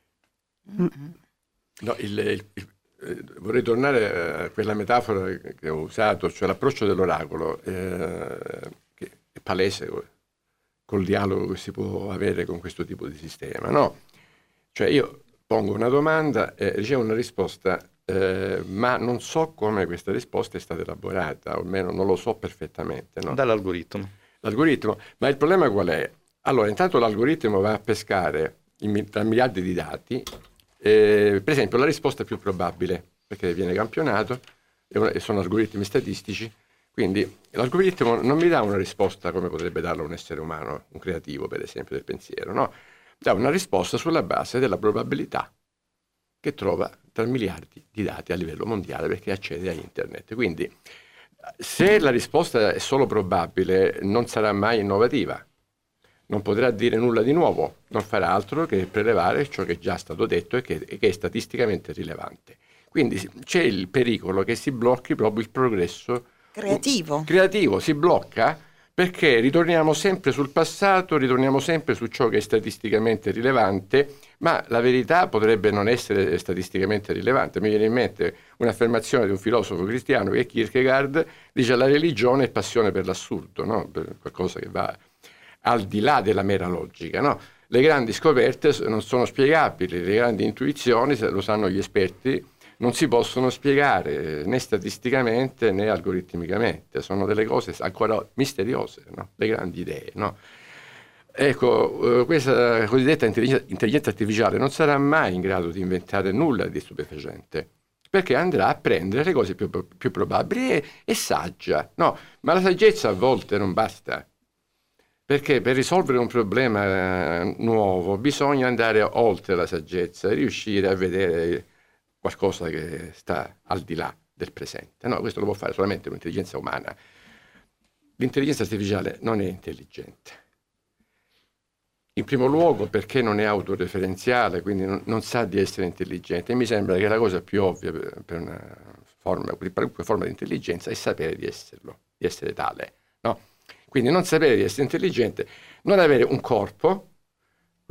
No, il, il, il, vorrei tornare a quella metafora che ho usato, cioè l'approccio dell'oracolo, eh, che è palese col dialogo che si può avere con questo tipo di sistema, no? Cioè io pongo una domanda e ricevo una risposta, eh, ma non so come questa risposta è stata elaborata, o almeno non lo so perfettamente. No? Dall'algoritmo. L'algoritmo. Ma il problema qual è? Allora, intanto l'algoritmo va a pescare in, tra miliardi di dati, eh, per esempio, la risposta più probabile, perché viene campionato, e sono algoritmi statistici, quindi l'algoritmo non mi dà una risposta come potrebbe darla un essere umano, un creativo, per esempio, del pensiero, no? Dà una risposta sulla base della probabilità che trova tra miliardi di dati a livello mondiale perché accede a internet. Quindi se la risposta è solo probabile non sarà mai innovativa, non potrà dire nulla di nuovo, non farà altro che prelevare ciò che è già stato detto e che, e che è statisticamente rilevante. Quindi c'è il pericolo che si blocchi proprio il progresso creativo. Creativo si blocca perché ritorniamo sempre sul passato, ritorniamo sempre su ciò che è statisticamente rilevante, ma la verità potrebbe non essere statisticamente rilevante. Mi viene in mente un'affermazione di un filosofo cristiano che è Kierkegaard, dice la religione è passione per l'assurdo, no? Per qualcosa che va al di là della mera logica, no? Le grandi scoperte non sono spiegabili, le grandi intuizioni, lo sanno gli esperti, non si possono spiegare né statisticamente né algoritmicamente, sono delle cose ancora misteriose, no? Le grandi idee, no? Ecco, questa cosiddetta intelligenza artificiale non sarà mai in grado di inventare nulla di stupefacente, perché andrà a prendere le cose più, più probabili e, e saggia, no? Ma la saggezza a volte non basta, perché per risolvere un problema nuovo bisogna andare oltre la saggezza e riuscire a vedere qualcosa che sta al di là del presente. No, questo lo può fare solamente un'intelligenza umana. L'intelligenza artificiale non è intelligente. In primo luogo perché non è autoreferenziale, quindi non, non sa di essere intelligente. E mi sembra che la cosa più ovvia per, per una forma, per qualunque forma di intelligenza è sapere di esserlo, di essere tale. No? Quindi non sapere di essere intelligente, non avere un corpo,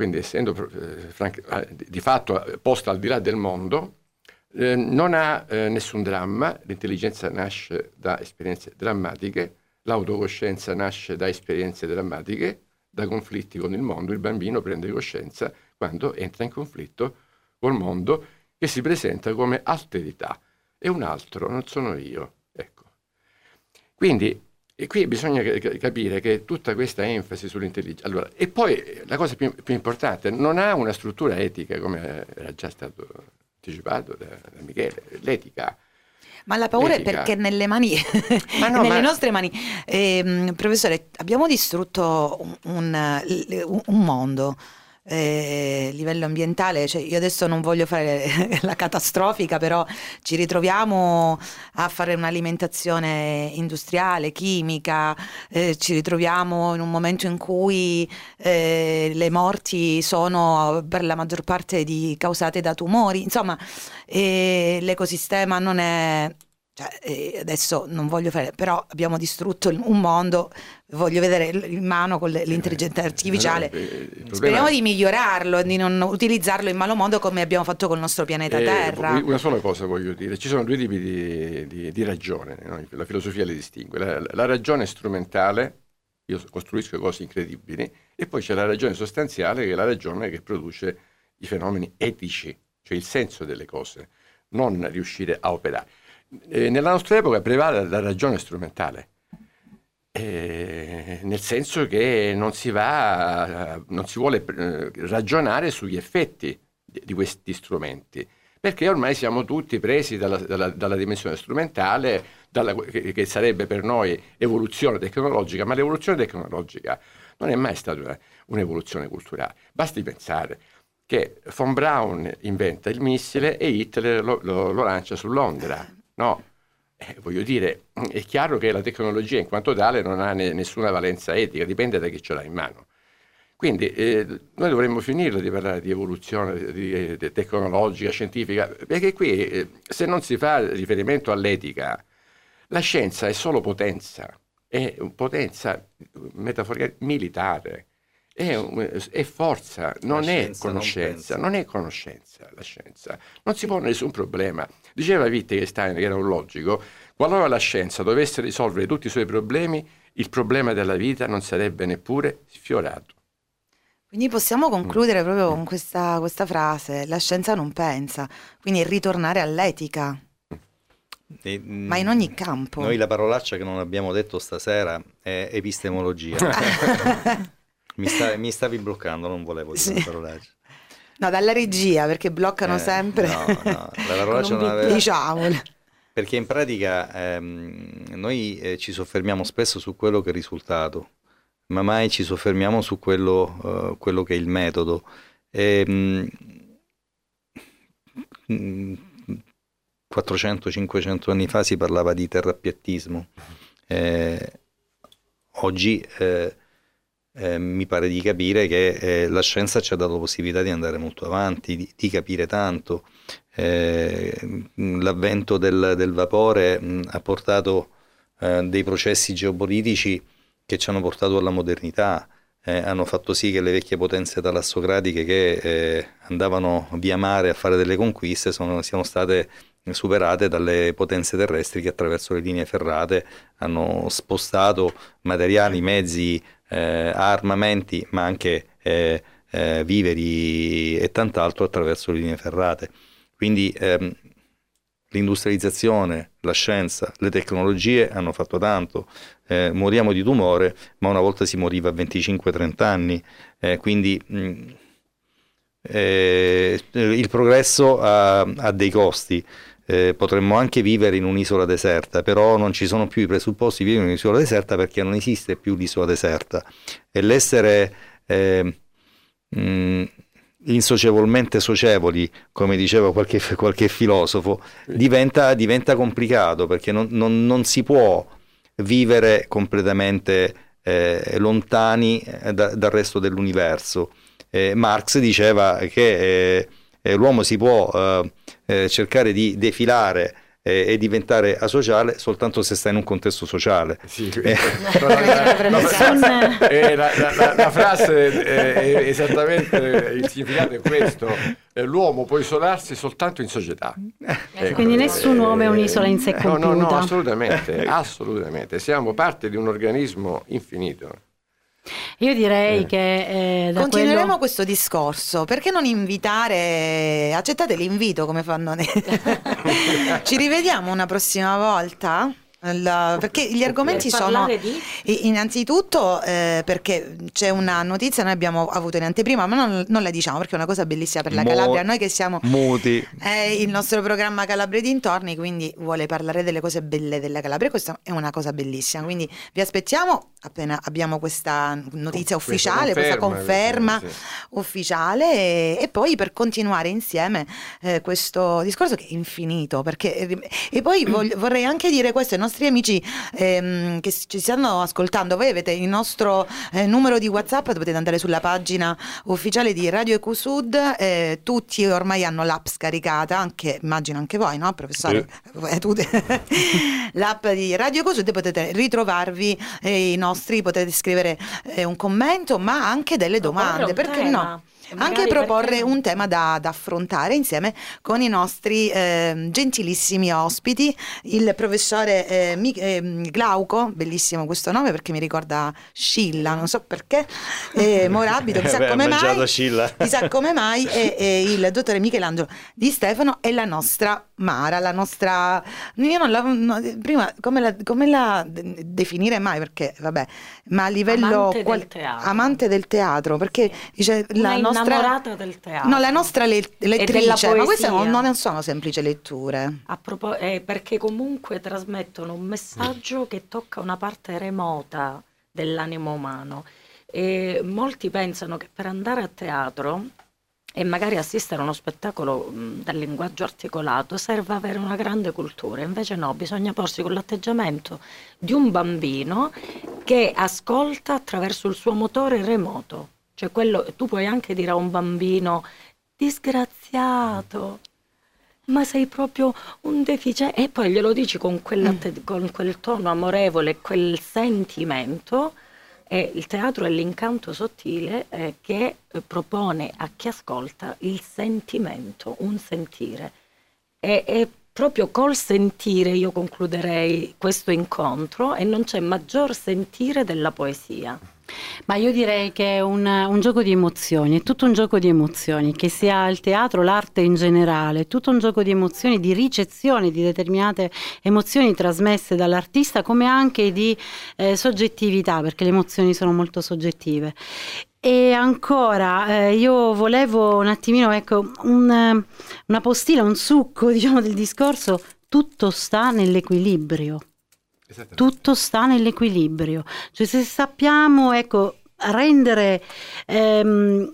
quindi essendo eh, franca, di fatto posta al di là del mondo, eh, non ha eh, nessun dramma. L'intelligenza nasce da esperienze drammatiche, l'autocoscienza nasce da esperienze drammatiche, da conflitti con il mondo. Il bambino prende coscienza quando entra in conflitto col mondo, che si presenta come alterità. È un altro, non sono io. Ecco. Quindi e qui bisogna capire che tutta questa enfasi sull'intelligenza... Allora, e poi la cosa più, più importante, non ha una struttura etica, come era già stato anticipato da, da Michele. L'etica... Ma la paura l'etica. È perché nelle mani, ma no, nelle ma... nostre mani, eh, professore, abbiamo distrutto un, un, un mondo a eh, livello ambientale. Cioè, io adesso non voglio fare la catastrofica, però ci ritroviamo a fare un'alimentazione industriale, chimica, eh, ci ritroviamo in un momento in cui eh, le morti sono per la maggior parte di, causate da tumori, insomma, eh, l'ecosistema non è... Cioè, eh, adesso non voglio fare, però abbiamo distrutto un mondo, voglio vedere in mano con l'intelligenza artificiale. Eh, no, speriamo è... di migliorarlo, di non utilizzarlo in malo modo come abbiamo fatto col nostro pianeta eh, Terra. Una sola cosa voglio dire, ci sono due tipi di, di, di ragione, no? La filosofia le distingue. La, la ragione strumentale, io costruisco cose incredibili, e poi c'è la ragione sostanziale, che è la ragione che produce i fenomeni etici, cioè il senso delle cose, non riuscire a operare. Eh, nella nostra epoca prevale la ragione strumentale, eh, nel senso che non si va, non si vuole eh, ragionare sugli effetti di, di questi strumenti, perché ormai siamo tutti presi dalla, dalla, dalla dimensione strumentale, dalla, che, che sarebbe per noi evoluzione tecnologica, ma l'evoluzione tecnologica non è mai stata una, un'evoluzione culturale. Basti pensare che von Braun inventa il missile e Hitler lo, lo, lo lancia su Londra. No, eh, voglio dire, è chiaro che la tecnologia in quanto tale non ha ne, nessuna valenza etica, dipende da chi ce l'ha in mano. Quindi eh, noi dovremmo finirla di parlare di evoluzione di, di tecnologica, scientifica, perché qui eh, se non si fa riferimento all'etica, la scienza è solo potenza, è potenza metaforica militare, è, è forza, non è conoscenza, non, non è conoscenza la scienza, non si pone nessun problema. Diceva Wittgenstein, che era un logico, qualora la scienza dovesse risolvere tutti i suoi problemi, il problema della vita non sarebbe neppure sfiorato. Quindi possiamo concludere proprio con questa, questa frase: la scienza non pensa, quindi ritornare all'etica, e, ma in ogni campo. Noi la parolaccia che non abbiamo detto stasera è epistemologia. mi, sta, mi stavi bloccando, non volevo dire sì. La parolaccia. No, dalla regia, perché bloccano eh, sempre. No, no, la parolaccia non aveva... Diciamolo. Perché in pratica ehm, noi eh, ci soffermiamo spesso su quello che è il risultato, ma mai ci soffermiamo su quello, uh, quello che è il metodo. E, mh, quattrocento cinquecento anni fa si parlava di terrapiattismo. Eh, oggi... Eh, Eh, mi pare di capire che eh, la scienza ci ha dato la possibilità di andare molto avanti, di, di capire tanto. Eh, l'avvento del, del vapore mh, ha portato eh, dei processi geopolitici che ci hanno portato alla modernità, eh, hanno fatto sì che le vecchie potenze talassocratiche che eh, andavano via mare a fare delle conquiste sono, siano state superate dalle potenze terrestri che attraverso le linee ferrate hanno spostato materiali, mezzi, Eh, armamenti, ma anche eh, eh, viveri e tant'altro attraverso le linee ferrate. Quindi ehm, l'industrializzazione, la scienza, le tecnologie hanno fatto tanto. Eh, moriamo di tumore, ma una volta si moriva a venticinque trenta anni. Eh, quindi mh, eh, il progresso ha, ha dei costi. Eh, potremmo anche vivere in un'isola deserta, però non ci sono più i presupposti di vivere in un'isola deserta, perché non esiste più l'isola deserta, e l'essere eh, mh, insocievolmente socievoli, come diceva qualche, qualche filosofo, diventa, diventa complicato, perché non, non, non si può vivere completamente eh, lontani da, dal resto dell'universo. Eh, Marx diceva che eh, Eh, l'uomo si può eh, eh, cercare di defilare e, e diventare asociale soltanto se sta in un contesto sociale. Sì, eh. no, la, la, la, eh, la, la, la frase è esattamente, il significato è questo: l'uomo può isolarsi soltanto in società. Ecco, quindi nessun uomo è un'isola in sé compiuta. No, no, no, assolutamente, assolutamente. Siamo parte di un organismo infinito. Io direi eh. che eh, da continueremo quello... questo discorso. Perché non invitare? Accettate l'invito come fanno. Ci rivediamo una prossima volta? La, perché gli argomenti sono di... innanzitutto eh, perché c'è una notizia, noi abbiamo avuto in anteprima, ma non, non la diciamo perché è una cosa bellissima per la Mo- Calabria, noi che siamo muti, è il nostro programma Calabria e dintorni, quindi vuole parlare delle cose belle della Calabria, questa è una cosa bellissima, quindi vi aspettiamo appena abbiamo questa notizia ufficiale, questa conferma, questa conferma sì. ufficiale e, e poi per continuare insieme eh, questo discorso che è infinito, perché e poi voglio, vorrei anche dire questo ai nostri amici ehm, che ci stanno ascoltando, voi avete il nostro eh, numero di WhatsApp, dovete andare sulla pagina ufficiale di Radio Ecosud, eh, tutti ormai hanno l'app scaricata, anche immagino anche voi, no professore? Sì. Tu, l'app di Radio Ecosud, potete ritrovarvi eh, i nostri, potete scrivere eh, un commento ma anche delle domande, perché tema. no? Anche proporre perché... un tema da, da affrontare insieme con i nostri eh, gentilissimi ospiti, il professore eh, Mi, eh, Glauco, bellissimo questo nome perché mi ricorda Scilla, non so perché, eh, Morabito, chissà Beh, come mai, Scilla. chissà come mai, e, e il dottore Michelangelo Di Stefano e la nostra Mara, la nostra, io non la, no, prima come la, come la definire mai perché vabbè, ma a livello amante, qual, del, teatro. amante del teatro, perché dice la nostra innamorata del teatro. No, la nostra le- lettrice, ma queste non, non sono semplici letture. A propos- eh, perché comunque trasmettono un messaggio che tocca una parte remota dell'animo umano. E molti pensano che per andare a teatro e magari assistere a uno spettacolo mh, dal linguaggio articolato serva avere una grande cultura, invece no, bisogna porsi con l'atteggiamento di un bambino che ascolta attraverso il suo motore remoto. Cioè quello, tu puoi anche dire a un bambino disgraziato, ma sei proprio un deficiente, e poi glielo dici con, mm. con quel tono amorevole, quel sentimento. E il teatro è l'incanto sottile eh, che eh, propone a chi ascolta il sentimento, un sentire. E, e proprio col sentire io concluderei questo incontro, e non c'è maggior sentire della poesia. Ma io direi che è un, un gioco di emozioni, è tutto un gioco di emozioni, che sia il teatro, l'arte in generale, è tutto un gioco di emozioni, di ricezione di determinate emozioni trasmesse dall'artista, come anche di eh, soggettività, perché le emozioni sono molto soggettive. E ancora eh, io volevo un attimino, ecco, un, una postilla, un succo, diciamo, del discorso: tutto sta nell'equilibrio. Tutto sta nell'equilibrio, cioè se sappiamo, ecco, rendere ehm,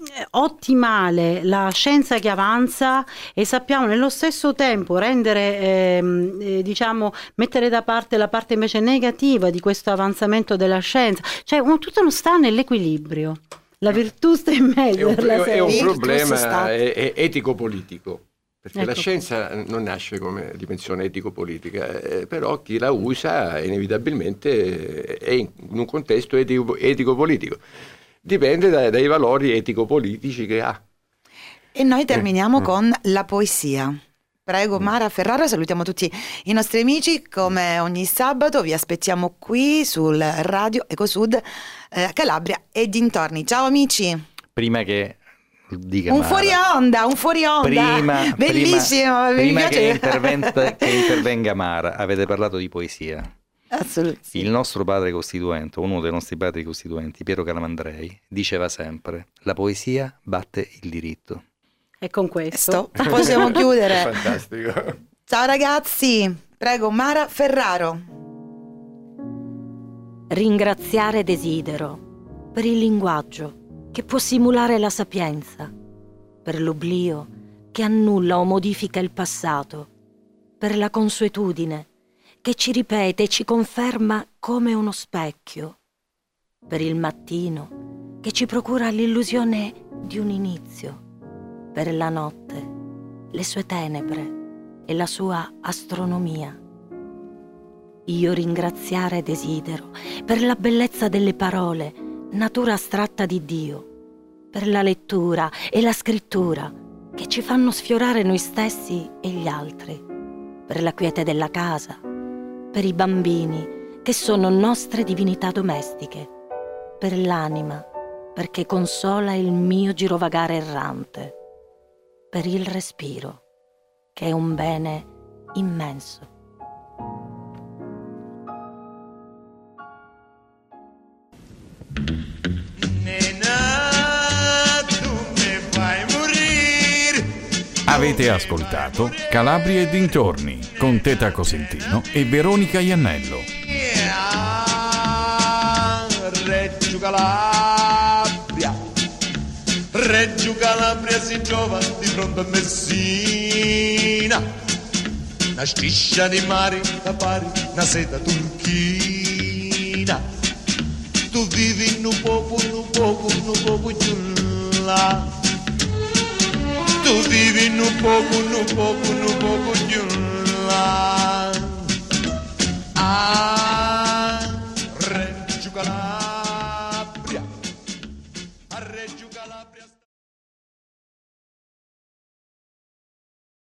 ottimale la scienza che avanza e sappiamo nello stesso tempo rendere, ehm, eh, diciamo, mettere da parte la parte invece negativa di questo avanzamento della scienza, cioè un, tutto non sta nell'equilibrio. La virtù sta in mezzo. È un, la è un problema è, è etico-politico. Perché ecco, la scienza non nasce come dimensione etico-politica, eh, però chi la usa inevitabilmente è in un contesto etico- etico-politico. Dipende da, dai valori etico-politici che ha. E noi terminiamo eh. con la poesia. Prego Mara Ferrara, salutiamo tutti i nostri amici, come ogni sabato vi aspettiamo qui sul Radio Ecosud eh, Calabria e dintorni. Ciao amici! Prima che dica un Mara, fuori onda, un fuori onda, prima, bellissimo, prima, prima che, interventa, che intervenga Mara, avete parlato di poesia. Assolutamente. Il nostro padre costituente, uno dei nostri padri costituenti, Piero Calamandrei, diceva sempre: la poesia batte il diritto. E con questo Sto, possiamo chiudere. Fantastico. Ciao ragazzi, prego Mara Ferraro. Ringraziare desidero per il linguaggio che può simulare la sapienza, per l'oblio che annulla o modifica il passato, per la consuetudine che ci ripete e ci conferma come uno specchio, per il mattino che ci procura l'illusione di un inizio, per la notte, le sue tenebre e la sua astronomia. Io ringraziare desidero per la bellezza delle parole, natura astratta di Dio, per la lettura e la scrittura che ci fanno sfiorare noi stessi e gli altri, per la quiete della casa, per i bambini che sono nostre divinità domestiche, per l'anima perché consola il mio girovagare errante, per il respiro che è un bene immenso. Avete ascoltato Calabria e dintorni con Teta Cosentino e Veronica Iannello. Reggio Calabria, Reggio Calabria si trova di fronte a Messina, una striscia di mare da pari, una seta turchina. Tu vivi in un poco, in un poco, in un poco giù là. Tu vivi in un poco, in un poco, in un poco giù là. Ah, Reggio Calabria, a Reggio Calabria.